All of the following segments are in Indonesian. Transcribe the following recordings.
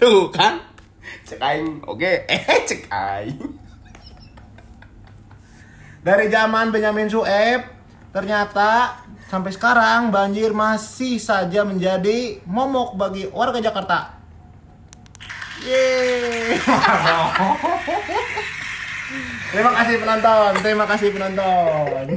Tuh kan. Cek aing. Oke, cek aing. Dari zaman Benyamin Sueb, ternyata sampai sekarang banjir masih saja menjadi momok bagi warga Jakarta. Yeay. Terima kasih penonton.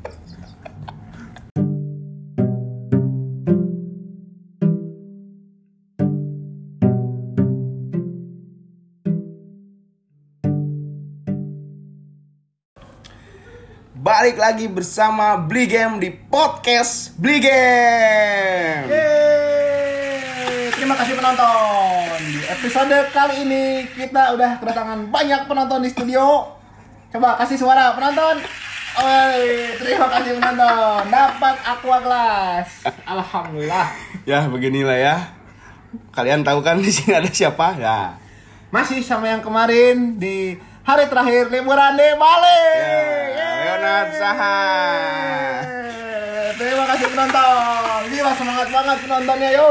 Balik lagi bersama Beli Game di podcast Beli Game. Yeay. Terima kasih penonton. Di episode kali ini kita udah kedatangan banyak penonton di studio. Coba kasih suara penonton. Oi, terima kasih penonton. Dapat aqua glass. Alhamdulillah. Ya beginilah ya. Kalian tahu kan di sini ada siapa? Ya. Masih sama yang kemarin di hari terakhir liburan di Bali. Leonard Saha. Terima kasih penonton. Gila semangat banget penontonnya yo.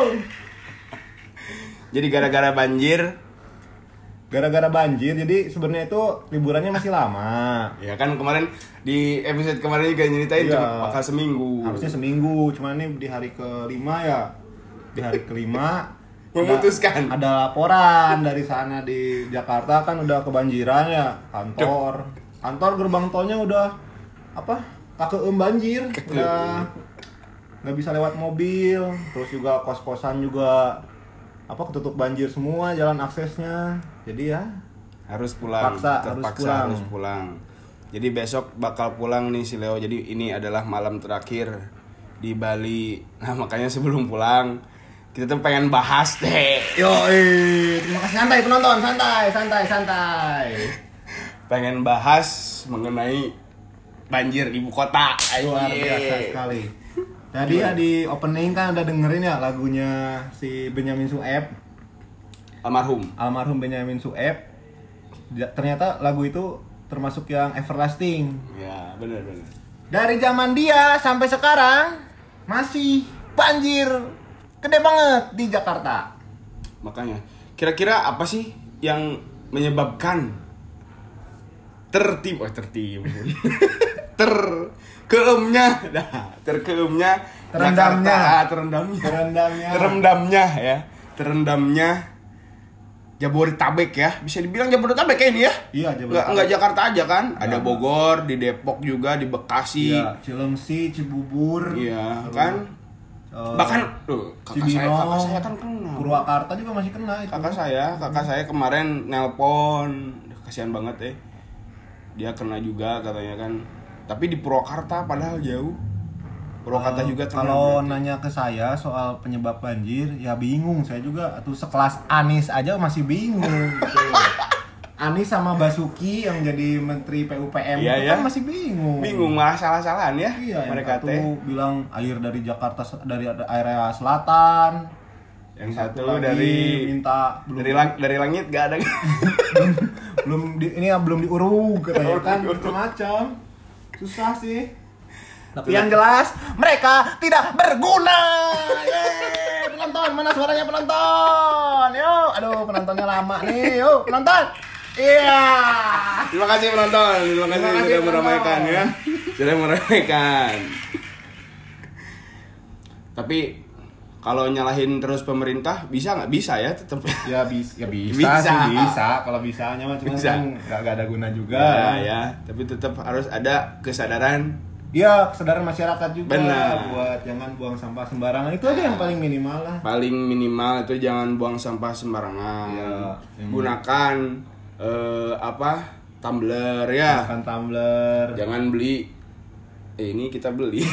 Jadi gara-gara banjir, jadi sebenarnya itu liburannya masih lama. Ya kan kemarin di episode kemarin juga nyeritain cuma bakal seminggu. Harusnya seminggu, cuman ini di hari kelima ya. Di hari kelima memutuskan. Ada laporan dari sana di Jakarta kan udah kebanjiran ya. Kantor gerbang tolnya udah kakeum banjir. Udah nggak bisa lewat mobil. Terus juga kos-kosan juga ketutup banjir semua jalan aksesnya. Jadi ya harus pulang. Terpaksa harus pulang. Jadi besok bakal pulang nih si Leo. Jadi ini adalah malam terakhir di Bali. Nah makanya sebelum pulang kita tuh pengen bahas deh. Terima kasih santai penonton, santai. Pengen bahas mengenai banjir ibu kota. Luar biasa sekali. Tadi ya di opening kan udah dengerin ya lagunya si Benyamin Sueb. Almarhum Benyamin Sueb. Ternyata lagu itu termasuk yang everlasting. Ya, benar. Dari zaman dia sampai sekarang masih banjir gede banget di Jakarta. Makanya, kira-kira apa sih yang menyebabkan terendamnya Jabodetabek ya, bisa dibilang Jabodetabek kayak ini ya. Iya, Jabodetabek. Enggak Jakarta aja kan, ada Bogor, di Depok juga, di Bekasi, iya, Cilengsi, Cibubur, iya kan. Bahkan kakak saya kan kena. Purwakarta juga masih kena itu. Kakak saya kemarin nelpon, kasihan banget ya. Dia kena juga katanya kan. Tapi di Purwakarta padahal jauh. Purwakarta juga kena. Kalau nanya ke saya soal penyebab banjir, ya bingung saya juga. Atau sekelas Anies aja masih bingung gitu. Anies sama Basuki yang jadi Menteri PUPM itu kan masih bingung. Malah salah-salahan ya. Iya, mereka yang satu bilang air dari Jakarta dari area selatan. Yang satu dari minta dari langit gak ada. belum diuruk katanya kan macam-macam. Susah sih. Tapi yang jelas mereka tidak berguna. Yeay, penonton, mana suaranya penonton? Yuk, aduh penontonnya lama nih. Yuk, penonton. Iya. Terima kasih penonton. Terima kasih sudah meramaikan ya. Sudah meramaikan. Tapi kalau nyalahin terus pemerintah bisa nggak? Bisa ya tetap. Ya bisa. Kalau bisanya mah cuma kan nggak ada guna juga. Ya. Tapi tetap harus ada kesadaran. Iya, kesadaran masyarakat juga. Benar. Buat jangan buang sampah sembarangan. Itu aja yang paling minimal lah. Paling minimal itu jangan buang sampah sembarangan. Ya, gunakan tumbler ya. Gunakan tumbler. Jangan beli. Ini kita beli.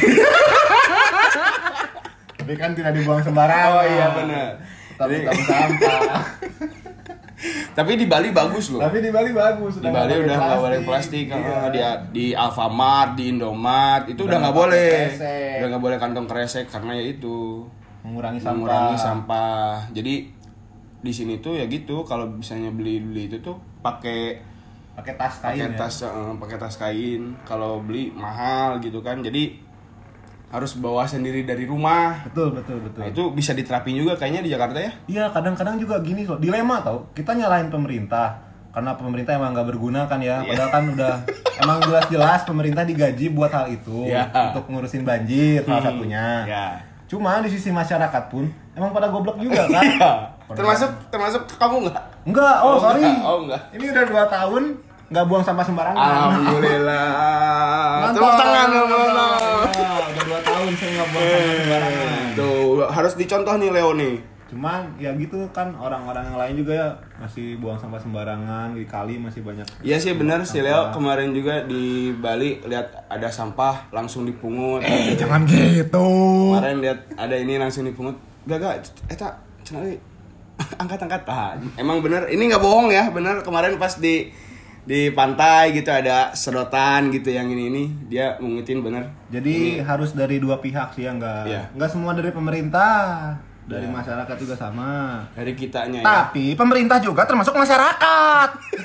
Tapi kan tidak dibuang sembarangan. Oh iya benar. Tapi sampah. Tapi di Bali bagus loh. Di Bali udah nggak boleh plastik. Iya. Di Alfamart, di Indomart itu udah nggak boleh. Udah nggak boleh kantong kresek karena ya itu mengurangi sampah. Jadi di sini tuh ya gitu. Kalau misalnya beli itu tuh pakai tas kain. Pakai tas kain. Kalau beli mahal gitu kan. Jadi harus bawa sendiri dari rumah. Betul. Nah, itu bisa diterapin juga kayaknya di Jakarta ya. Iya, kadang-kadang juga gini loh, dilema tau. Kita nyalahin pemerintah karena pemerintah emang nggak berguna kan ya. Padahal kan udah emang jelas-jelas pemerintah digaji buat hal itu, untuk ngurusin banjir salah satunya. Cuma di sisi masyarakat pun emang pada goblok juga kan. Termasuk kamu nggak? Enggak, sorry. Enggak. Ini udah 2 tahun nggak buang sampah sembarangan. Alhamdulillah. Tepuk tangan. Udah 2 tahun saya nggak buang sampah sembarangan. Tuh, harus dicontoh nih Leo nih. Cuman ya gitu kan, orang-orang yang lain juga ya masih buang sampah sembarangan, di kali masih banyak. Iya sih benar si Leo kemarin juga di Bali lihat ada sampah langsung dipungut. Jangan gitu. Kemarin lihat ada ini langsung dipungut. Gak eta cenah angkat-angkat tahan. Emang bener, ini nggak bohong ya, bener kemarin pas di pantai gitu ada sedotan gitu yang ini dia mungutin bener. Jadi harus dari 2 pihak sih ya, nggak semua dari pemerintah, dari masyarakat juga sama. Dari kitanya. Tapi pemerintah juga termasuk masyarakat.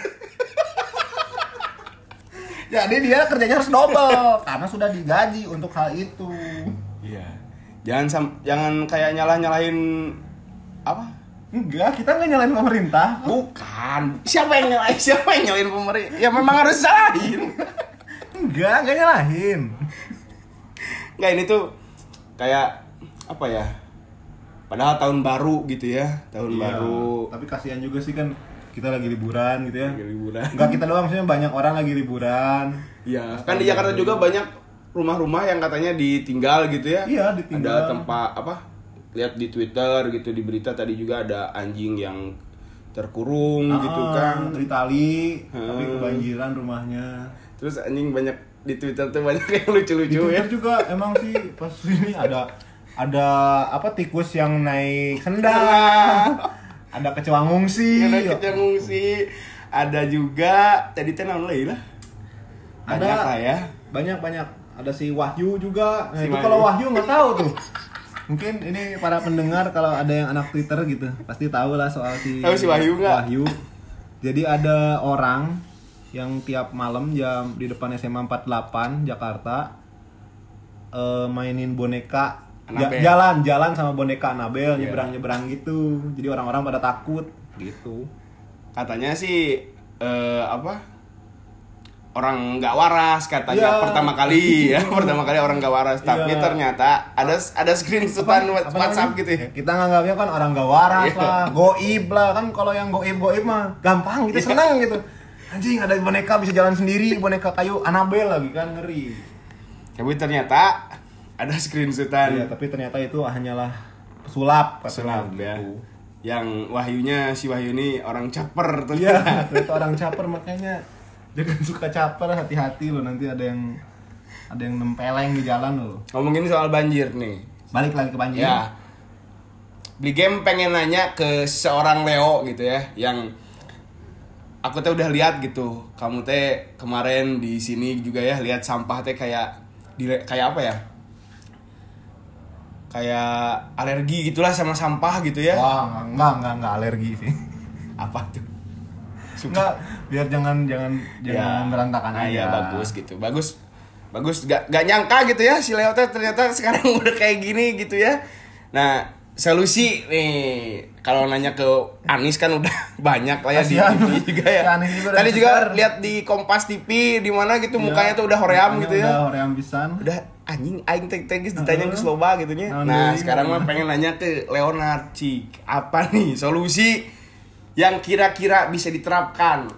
Jadi dia kerjanya harus double karena sudah digaji untuk hal itu. Iya. Jangan kayak nyalahin apa? Enggak, kita nggak nyalain pemerintah. Bukan. Siapa yang nyalain pemerintah? Ya memang harus salahin. Enggak nyalahin. Enggak, ini tuh kayak apa ya? Padahal tahun baru gitu ya, baru. Tapi kasihan juga sih kan, kita lagi liburan gitu ya. Liburan. Enggak kita doang, maksudnya banyak orang lagi liburan. Iya. Kan di Jakarta juga banyak rumah-rumah yang katanya ditinggal gitu ya. Iya, ditinggal. Ada tempat apa? Lihat di Twitter gitu, di berita tadi juga ada anjing yang terkurung gitu kan. Di tali, tapi kebanjiran rumahnya. Terus anjing banyak di Twitter tuh banyak yang lucu-lucu ya. Di Twitter juga emang sih pas ini ada apa tikus yang naik sendal. Ada kecoa ngungsi. Ada juga tadi tenang lah. Banyak lah ya. Banyak. Ada si Wahyu juga. Nah, itu kalau Wahyu nggak tahu tuh. Mungkin ini para pendengar kalau ada yang anak Twitter gitu pasti tahu lah soal si Wahyu nggak? Wahyu. Jadi ada orang yang tiap malam jam di depan SMA 48 Jakarta mainin boneka jalan sama boneka Annabelle, nyebrang gitu. Jadi orang-orang pada takut gitu. Katanya sih orang nggak waras katanya pertama kali orang nggak waras, tapi ternyata ada screenshotan WhatsApp gitu ya. Kita nganggapnya kan orang nggak waras lah, goib lah kan. Kalau yang goib mah gampang gitu, senang gitu. Anjing ada boneka bisa jalan sendiri, boneka kayu Annabelle lagi kan, ngeri. Tapi ternyata ada screenshotan. Iya, tapi ternyata itu hanyalah pesulap ya. Yang si Wahyu ini orang caper tuh. Iya, itu orang caper, makanya jangan suka caper, hati-hati lo, nanti ada yang nempeleng di jalan lo. Ngomongin soal banjir nih. Balik lagi ke banjir. Ya. Beli game pengen nanya ke seorang Leo gitu ya, yang aku teh udah lihat gitu. Kamu teh kemarin di sini juga ya lihat sampah teh kayak apa ya? Kayak alergi gitulah sama sampah gitu ya. Wah, enggak alergi sih. Apa tuh? Enggak, biar jangan berantakan aja. Iya, bagus gitu. Bagus. Gak nyangka gitu ya si Leo ternyata sekarang udah kayak gini gitu ya. Nah, solusi nih kalau nanya ke Anis kan udah banyak lah ya di TV juga ya. Tadi juga lihat di Kompas TV di mana gitu mukanya tuh udah hoream gitu ya. Udah hoream pisan. Udah anjing aing tegis ditanya ke Sloba gitu nya. Nah, sekarang mah pengen nanya ke Leonard Cik. Apa nih solusi yang kira-kira bisa diterapkan?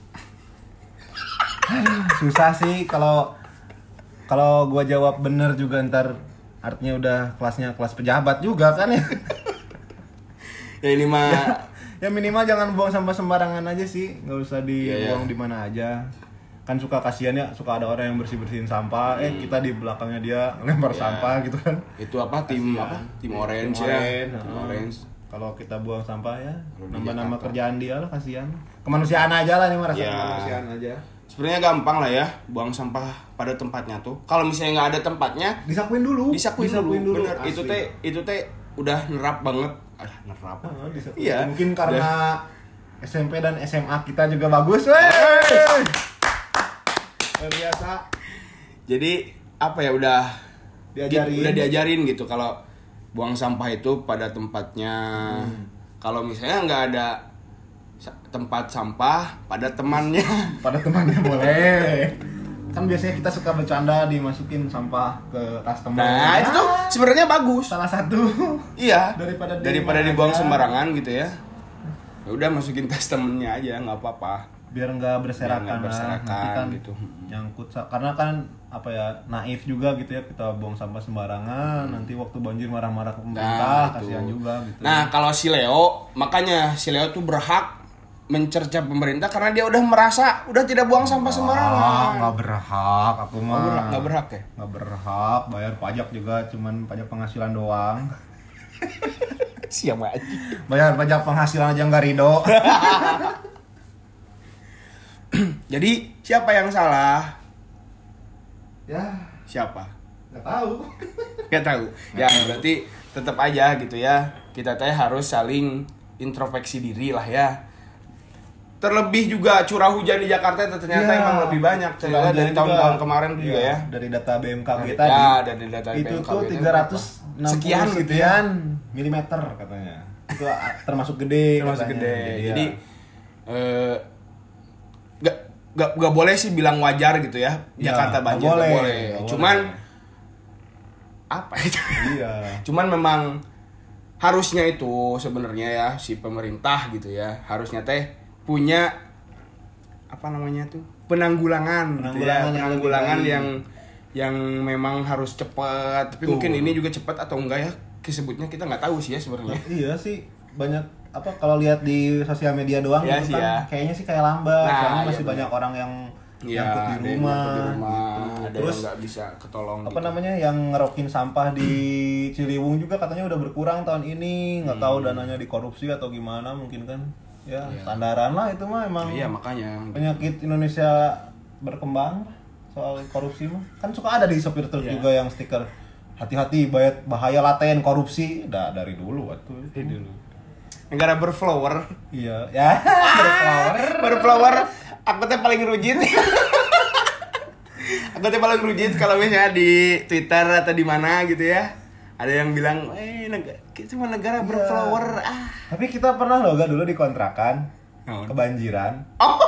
Susah sih kalau gua jawab bener juga ntar artinya udah kelas pejabat juga kan ya. Ya ini mah ya minimal jangan buang sampah sembarangan aja sih, nggak usah dibuang di mana aja. Kan suka kasihan ya, suka ada orang yang bersihin sampah, kita di belakangnya dia lempar sampah gitu kan. Itu apa tim Orange ya. Tim Orange. Kalau kita buang sampah ya nambah kerjaan dia lah, kasihan. Kemanusiaan aja lah, ini merasa kemanusiaan aja. Sebenarnya gampang lah ya buang sampah pada tempatnya tuh. Kalau misalnya nggak ada tempatnya, disakuin dulu. Bener. Itu teh udah nerap banget. Nerap. Iya. Mungkin karena SMP dan SMA kita juga bagus, luar biasa. Jadi apa ya, udah udah diajarin gitu kalau buang sampah itu pada tempatnya. Kalau misalnya nggak ada tempat sampah, pada temannya. Pada temannya boleh. Kan biasanya kita suka bercanda dimasukin sampah ke tas teman. Nah, itu tuh sebenarnya bagus. Salah satu. Iya. Daripada dibuang sembarangan gitu ya. Ya udah masukin tas temennya aja, nggak apa-apa. Biar nggak berserakan, nanti kan gitu. Nyangkut, karena kan apa ya, naif juga gitu ya, kita buang sampah sembarangan, nanti waktu banjir marah-marah ke pemerintah, kasihan juga gitu. Nah, kalau si Leo, makanya si Leo tuh berhak mencerca pemerintah karena dia udah merasa udah tidak buang sampah sembarangan. Nggak berhak, aku mah. Nggak berhak ya? Nggak berhak, bayar pajak juga cuman pajak penghasilan doang. Siapa aja? Bayar pajak penghasilan aja nggak ridho. Jadi siapa yang salah? Ya, siapa? nggak tahu. Nggak tahu. Ya berarti tetap aja gitu ya. Kita teh harus saling introspeksi diri lah ya. Terlebih juga curah hujan di Jakarta ternyata emang lebih banyak dari tahun-tahun kemarin juga ya. Dari data BMKG dari data itu BMKG tuh 360 sekian milimeter katanya. Itu termasuk gede. Jadi nggak boleh sih bilang wajar gitu ya. Jakarta banjir nggak boleh. Cuman apa itu? Iya. Cuman memang harusnya itu sebenarnya ya si pemerintah gitu ya, harusnya teh punya apa namanya tuh penanggulangan yang memang harus cepat. Tapi mungkin ini juga cepat atau enggak ya, disebutnya kita nggak tahu sih ya sebenarnya. Iya sih, banyak apa kalau lihat di sosial media doang ya, gitu kan ya. Kayaknya sih kayak lambat, soalnya masih banyak orang yang nyangkut di rumah, gitu. Ada terus yang nggak bisa ketolong. Apa namanya yang ngerokin sampah di Ciliwung juga katanya udah berkurang tahun ini, nggak tahu dananya dikorupsi atau gimana mungkin kan. Ya, standaran lah itu mah emang. Iya, makanya Penyakit Indonesia berkembang soal korupsi mah. Kan suka ada di sopir truk juga yang stiker hati-hati bahaya laten korupsi. Dari dulu atuh. Negara berflower. Iya, ya. Berflower. Aku teh paling rujit. Kalau misalnya di Twitter atau di mana gitu ya. Ada yang bilang, cuma negara berflower. Tapi kita pernah loh dulu di kontrakan kebanjiran.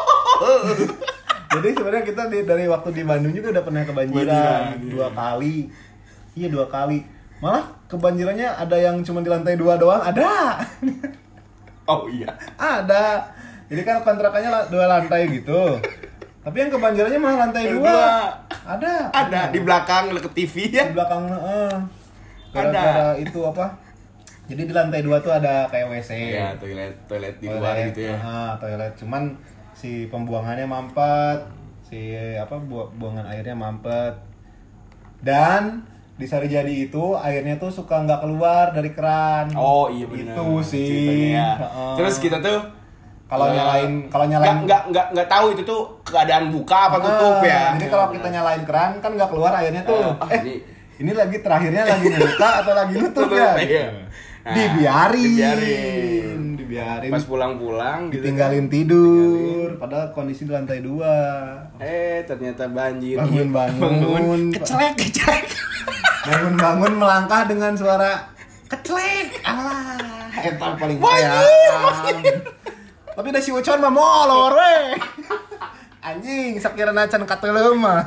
Jadi sebenarnya kita dari waktu di Bandung juga udah pernah kebanjiran 2 kali. Iya 2 kali. Malah kebanjirannya ada yang cuma di lantai 2 doang, ada. Oh iya. Ada. Jadi kan kontrakannya 2 lantai gitu. Tapi yang kebanjirannya malah lantai 2. Ada. Di belakang deket TV ya. Di belakang gara-gara itu apa? Jadi di lantai 2 tuh ada kayak WC. Iya, toilet di luar gitu ya. Toilet. Cuman si pembuangannya mampet. Buangan airnya mampet. Dan di Sarijadi itu airnya tuh suka nggak keluar dari keran. Oh iya benar. Itu sih. Ya. Terus kita tuh kalau nyalain nggak tahu itu tuh keadaan buka apa tutup ya. Jadi kalau kita nyalain keran kan nggak keluar airnya tuh. Ini lagi terakhirnya lagi buka atau lagi nutup ya? Iya. Nah, dibiarin. Pas pulang-pulang ditinggalin gitu, tidur. Padahal kondisi di lantai 2. Ternyata banjir. Bangun. Kecelek. Bangun melangkah dengan suara kecelek. Eta paling kaya. Tapi da si Ucon mah molor we. Anjing, sakirana can kateuleum mah.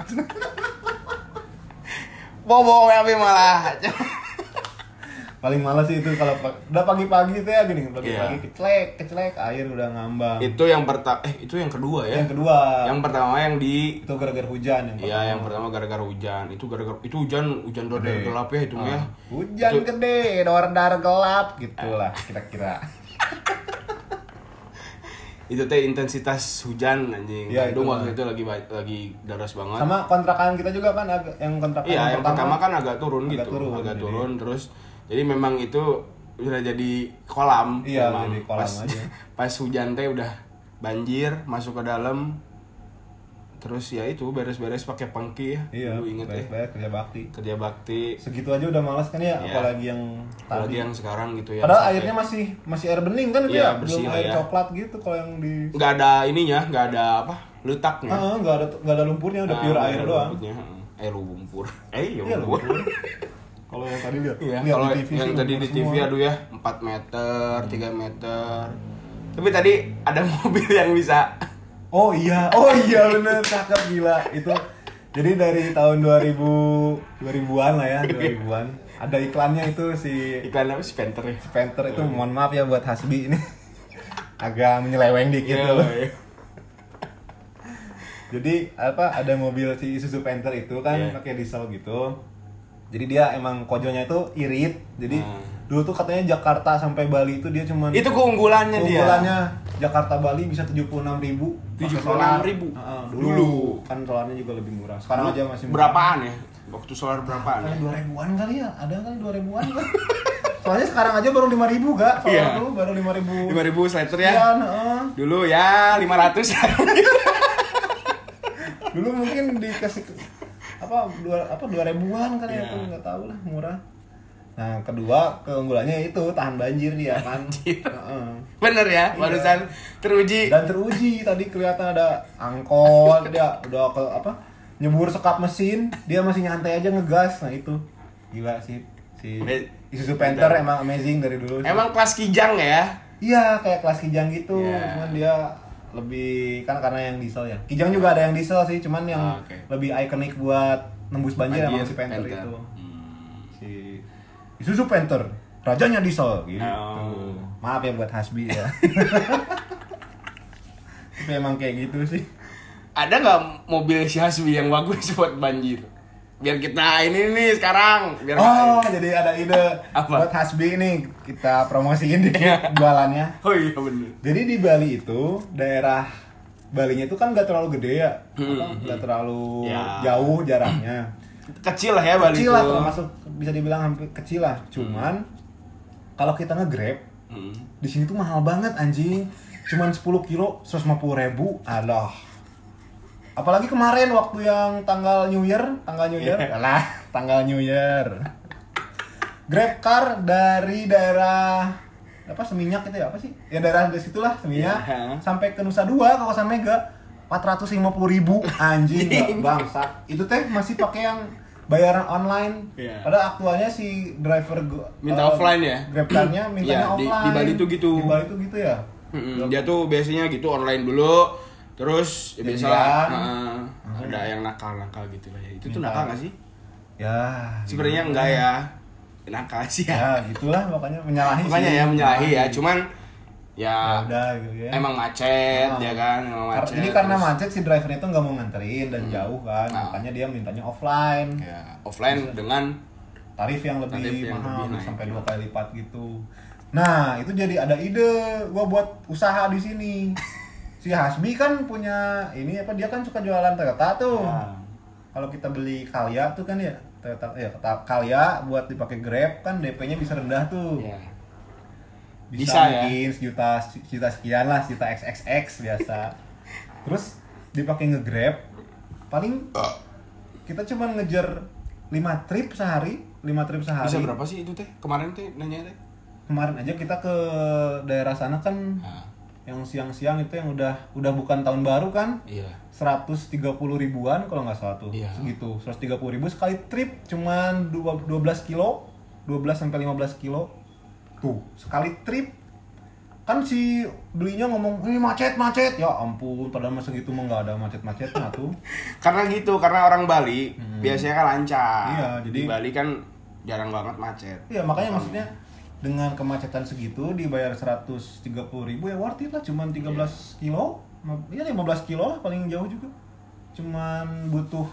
Bobo tapi malah. Paling malas sih itu kalau udah pagi-pagi itu ya gini, pagi-pagi kecelek air udah ngambang. Itu yang itu yang kedua ya. Yang kedua. Yang pertama yang di itu gara-gara hujan yang pertama. Iya, yang pertama gara-gara hujan. Itu hujan dodar gelap ya itu ya. Hujan gede, dodar gelap gitulah kira-kira. Itu teh intensitas hujan anjing. Ya, Bandung waktu itu lagi deras banget. Sama kontrakan kita juga kan yang kontrakan yang pertama kan agak turun turun terus jadi memang itu udah jadi kolam. Iya, jadi kolam aja. Pas hujan teh udah banjir masuk ke dalam. Terus ya itu beres-beres pakai pangki ya. Iya, lu inget beres-beres kerja bakti. Segitu aja udah malas kan ya, apalagi yang sekarang gitu ya. Padahal airnya masih air bening kan itu ya, bersih belum air coklat gitu kalau yang di. Nggak ada ininya, nggak ada letaknya. Nggak ada lumpurnya, udah pure air doang. lumpur. Iya, lumpur. Kalau yang tadi lihat, Iya, kalau yang tadi di TV aduh ya 4 meter, 3 meter. Tapi tadi ada mobil yang bisa. Oh iya bener, cakep gila. Itu jadi dari tahun 2000-an lah ya, 2000-an. Ada iklannya itu iklan apa sih Panther ya? Panther itu mohon maaf ya buat Hasbi ini. Agak menyeleweng dikit Iya, loh. iya. Jadi ada mobil si Isuzu Panther itu kan pakai diesel gitu. Jadi dia emang kojonya itu irit. Jadi dulu tuh katanya Jakarta sampai Bali itu dia cuman itu keunggulannya Jakarta Bali bisa 76.000. 76.000. Dulu kan solarnya juga lebih murah. Sekarang aja masih murah. Berapaan ya? Waktu solar berapaan ya? 2000-an kali ya. Ada kali 2000-an kan. Soalnya sekarang aja baru 5.000 gak? Soalnya dulu baru 5.000. 5.000 slater ya? Dulu ya 500 ya. Dulu mungkin dikasih 2.000-an kali ya, aku nggak tahu lah, murah. Nah, kedua keunggulannya itu tahan banjir dia kan. Bener ya, barusan teruji. Dan teruji tadi kelihatan ada angkot dia udah nyebur sekap mesin, dia masih nyantai aja ngegas. Nah, itu gila sih si Isuzu Panther emang amazing dari dulu sih. Emang kelas kijang ya? Iya, kayak kelas kijang gitu. Cuman dia lebih kan karena yang diesel ya. Kijang juga ada yang diesel sih, cuman yang lebih ikonik buat nembus banjir emang si Panther itu. Si Isuzu Panther, rajanya diesel gitu. Maaf ya buat Hasbi ya. Tapi emang kayak gitu sih. Ada nggak mobil si Hasbi yang bagus buat banjir? Biar kita ini nih sekarang. Jadi ada ide buat Hasbi nih, kita promosiin di jualannya. Oh iya bener. Jadi di Bali itu daerah Balinya itu kan nggak terlalu gede ya, nggak terlalu jauh jaraknya. Kecil lah ya Bali kecil lah, termasuk bisa dibilang hampir kecil lah. Cuman kalau kita nge-Grab di sini tuh mahal banget anjing. Cuman 10 kilo 150.000. Alah. Apalagi kemarin waktu yang tanggal New Year. Grab car dari daerah Seminyak itu ya apa sih? Ya daerah dari situlah Seminyak sampai ke Nusa Dua kawasan Mega 450.000 anjing gak bangsat. Itu teh masih pakai yang bayaran online. Padahal aktualnya si driver minta offline ya. Grab car-nya mintanya offline. Di Bali tuh gitu. Di Bali tuh gitu ya. Dia tuh biasanya gitu online dulu. Terus ya biasalah ada yang nakal-nakal gitu lah ya. Itu tuh nakal gak sih? Ya. Sebenarnya enggak ya. Nakal sih ya. Ya gitulah pokoknya menyalahi. Makanya sih. Ya menyalahi ya. Cuman ya udah gitu ya. Emang macet ya kan, emang macet. Ini karena macet si drivernya itu nggak mau nganterin dan jauh kan, makanya dia mintanya offline. Ya, offline dengan tarif yang lebih mahal sampai 2 kali lipat gitu. Nah, itu jadi ada ide gua buat usaha di sini. Si Hasbi kan punya ini dia kan suka jualan Toyota tuh. Kalau kita beli Calya tuh kan ya, Toyota Calya buat dipakai Grab kan DP-nya bisa rendah tuh. Bisa mungkin sejuta sekian lah, sejuta XXX biasa. Terus dipakai nge-Grab paling kita cuma ngejar 5 trip sehari. Bisa berapa sih itu teh? Kemarin teh nanya teh. Kemarin aja kita ke daerah sana kan yang siang-siang itu yang udah bukan tahun baru kan. 130 ribuan kalau nggak salah tuh. Segitu. 130 ribu sekali trip cuman 12 kilo. 12 sampai 15 kilo. Tuh, sekali trip kan si belinya ngomong ini macet ya ampun, padahal masa gitu mah nggak ada macetnya tuh. Karena orang Bali biasanya kan lancar. Iya, jadi di Bali kan jarang banget macet. Iya, makanya maksudnya dengan kemacetan segitu dibayar 130 ribu ya worth it lah, cuman 13 kilo ya 15 kilo lah paling jauh juga, cuman butuh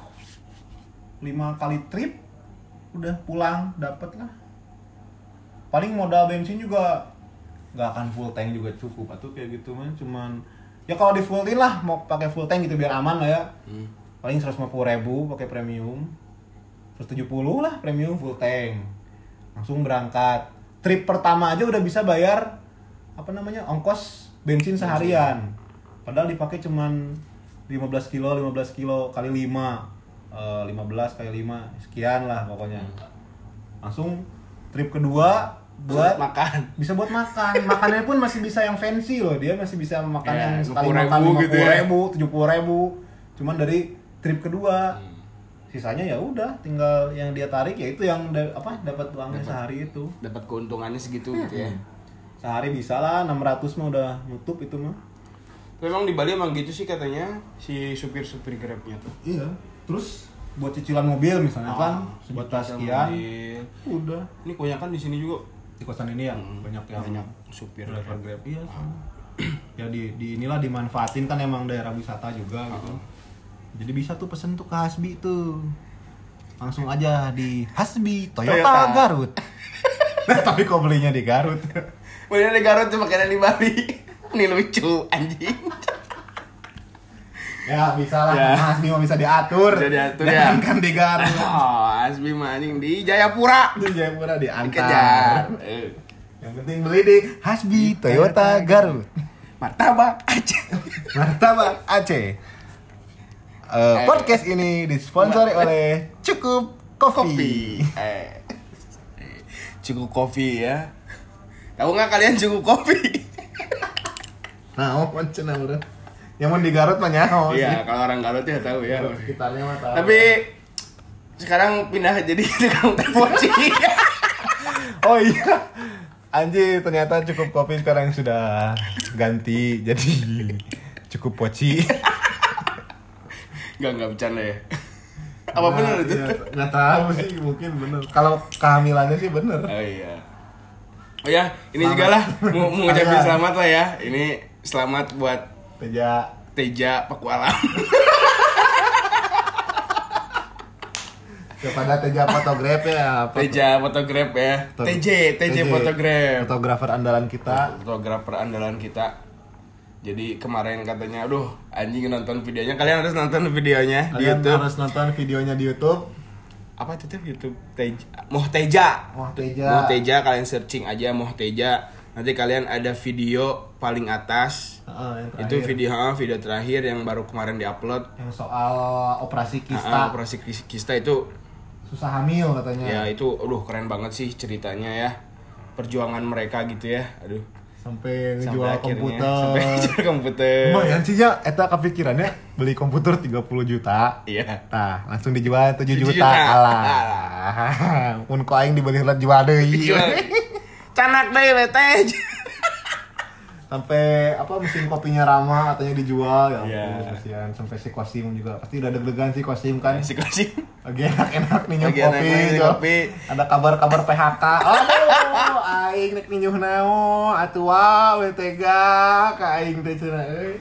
5 kali trip udah pulang dapet lah. Paling modal bensin juga nggak akan full tank juga cukup atau kayak gitu man. Cuman ya kalau di fullin lah mau pakai full tank gitu biar aman lah ya. Paling 150.000 pakai premium, 170 lah premium full tank. Langsung berangkat. Trip pertama aja udah bisa bayar ongkos bensin seharian. Padahal dipakai cuman 15 kilo kali 5 15 kali 5 sekian lah pokoknya. Langsung trip kedua buat makan. Bisa buat makan. Makannya pun masih bisa yang fancy loh. Dia masih bisa makan yang sekali 50.000 makan 50.000, gitu ya. 70.000. Cuman dari trip kedua. sisanya ya udah tinggal yang dia tarik ya itu yang dapat uangnya sehari itu. Dapat keuntungannya segitu gitu ya. Sehari bisa lah 600 mah udah nutup itu mah. Memang di Bali emang gitu sih katanya si supir-supir Grabnya tuh. Iya. Terus buat cicilan mobil misalnya kan sejuta sekian. Udah. Ini kebanyakan di sini juga Di kosan ini yang banyak supir driver Grab. Iya sama. Ya di inilah dimanfaatin kan emang daerah wisata juga gitu. Jadi bisa tuh pesen tuh ke Hasbi tuh. Langsung aja di Hasbi Toyota. Garut. Nah, tapi kok belinya di Garut? Belinya di Garut cuma karena di Bali. Ini lucu anjing. Ya bisa lah, ya. Hasbi mah bisa diatur. Bisa diatur ya. Kan di Garut. Oh, Hasbi mah anjing di Jayapura. Di Jayapura diantar. Dikejar. Yang penting beli di Hasbi Toyota Garut. Martabak Aceh. Martabak Aceh. Podcast ini disponsori oleh Cukup Kopi. Cukup Kopi ya. Tahu nggak kalian Cukup Kopi? Nah, cenah udah. Yang mau di Garut mah nyaho. Iya, kalau orang Garut ya tahu ya. Sekitarnya mah tahu. Tapi sekarang pindah jadi tukang teh poci. Oh iya. Anjir, ternyata Cukup Kopi sekarang sudah ganti jadi Cukup Poci. Enggak bercanda ya. Apa benar itu? Iya, enggak tahu sih, mungkin benar. Kalau kehamilannya sih benar. Oh iya. Oh ya, ini selamat. Juga lah mau ngucapin selamat lah ya. Ini selamat buat Teja Pakualam. Kepada Teja Fotograf ya. Teja Fotograf ya. TJ Fotograf. Fotografer andalan kita. Fotografer andalan kita. Jadi kemarin katanya, aduh anjing nonton videonya. Kalian harus nonton videonya di YouTube. Kalian harus nonton videonya di YouTube. Apa itu tuh YouTube? Mohteja. Kalian searching aja Mohteja. Nanti kalian ada video paling atas. Itu video terakhir yang baru kemarin diupload. Yang soal operasi kista. Operasi kista itu susah hamil katanya. Ya itu, aduh keren banget sih ceritanya ya. Perjuangan mereka gitu ya. Aduh. Sampai ngejual komputer. Lumayan sih ya, eta kepikirannya beli komputer 30 juta. Iya. Nah, langsung dijual 7 juta. Alah. Mun ku aing dibeli heula jual deui. Canak deui teh. Sampai mesin kopinya ramah katanya dijual ya. Kasihan sampai si kosim juga. Pasti udah deg-degan si kosim kan. Si kosim. Lagi enak ninyuh kopi. Ada kabar-kabar PHK. Aduh, aing nek ninyuh naon atuh we tega ka aing teh cenah euy.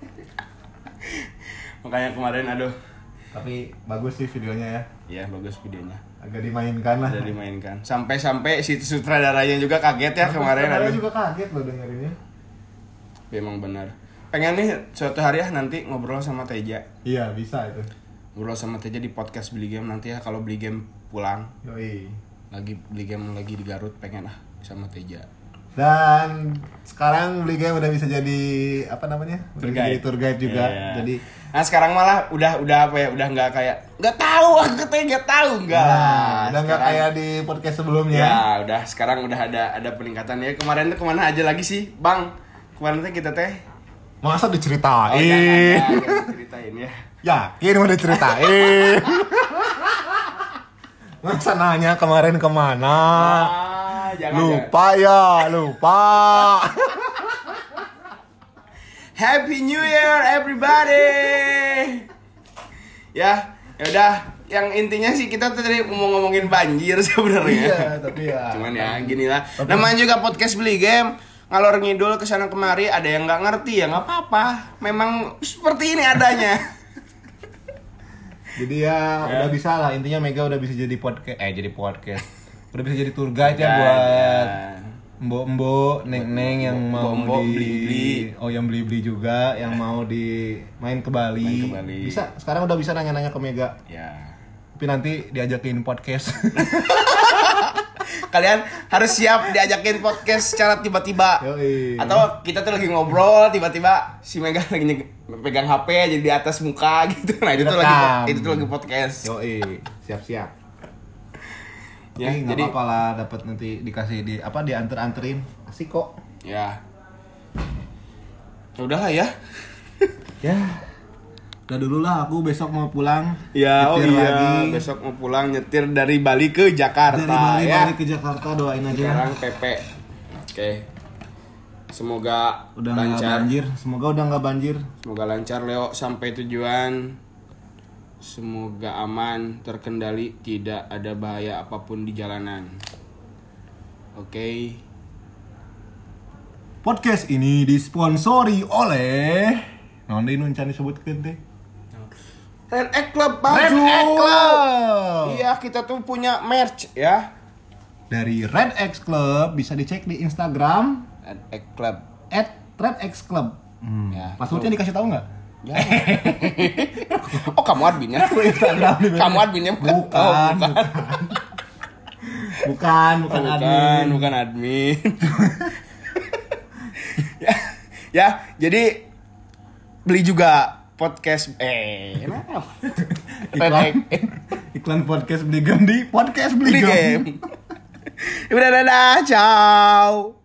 Makanya kemarin aduh. Tapi bagus sih videonya ya. Iya, bagus videonya. Agak dimainkan lah. Agak dimainkan. Sampai si sutradaranya juga kaget ya kemarin. Sutradaranya juga kaget loh dengerinnya. Memang benar. Pengen nih suatu hari ya nanti ngobrol sama Teja. Iya, bisa itu. Ngobrol sama Teja di podcast Beli Game nanti ya kalau Beli Game pulang. Yoi. Lagi Beli Game lagi di Garut pengen sama Teja. Dan sekarang Beli Game udah bisa jadi tour guide juga. Yeah. Jadi sekarang malah udah apa ya? Udah enggak kayak enggak tahu enggak. Nah, udah enggak kayak di podcast sebelumnya. Ya, udah sekarang udah ada peningkatan ya. Kemarin tuh kemana aja lagi sih, Bang? Kemarin tuh kita teh masa diceritain? Diceritain ya. Yakin mau diceritain? Masa nanya kemarin kemana? Lupa. Happy New Year everybody. Ya udah. Yang intinya sih kita tadi ngomongin banjir sebenarnya. Iya, tapi ya. Cuman ya gini lah. Namanya juga podcast Beli Game. Ngalor ngidul kesana kemari, ada yang nggak ngerti ya nggak apa-apa. Memang seperti ini adanya. Jadi ya udah bisa lah, intinya Mega udah bisa jadi podcast. Udah bisa jadi tour guide ya buat mbok-mbok, neng-neng yang mau beli. Oh, yang beli juga, yang mau main ke Bali. Bisa, sekarang udah bisa nanya-nanya ke Mega. Ya. Tapi nanti diajakin podcast. Kalian harus siap diajakin podcast secara tiba-tiba. Yoi. Atau kita tuh lagi ngobrol tiba-tiba si Mega lagi pegang HP jadi di atas muka gitu. Nah, itu tuh lagi podcast. Yoi, siap-siap. Ya, jadi apa lah dapat nanti dikasih dianterin. Asik kok. Ya. Udahlah ya. Ya. Udah dulu lah, aku besok mau pulang. Ya, lagi. Besok mau pulang nyetir dari Bali ke Jakarta. Dari Bali ke Jakarta, doain aja. Sekarang PP. Oke. Semoga udah lancar. Semoga udah nggak banjir. Semoga lancar Leo sampai tujuan. Semoga aman, terkendali, tidak ada bahaya apapun di jalanan. Oke. Podcast ini disponsori oleh nanti nuncani sebutkeun teh. Red Egg Club baju. Red Egg Club. Iya, kita tuh punya merch ya. Dari Red Egg Club bisa dicek di Instagram Red Egg Club @redxclub. Ya, passwordnya dikasih tahu nggak? Ya. Oh, kamu adminnya? Instagram kamu adminnya? Bukan. Bukan admin. ya, jadi beli juga podcast iklan podcast beli game di podcast beli game. Udah, dadah, ciao.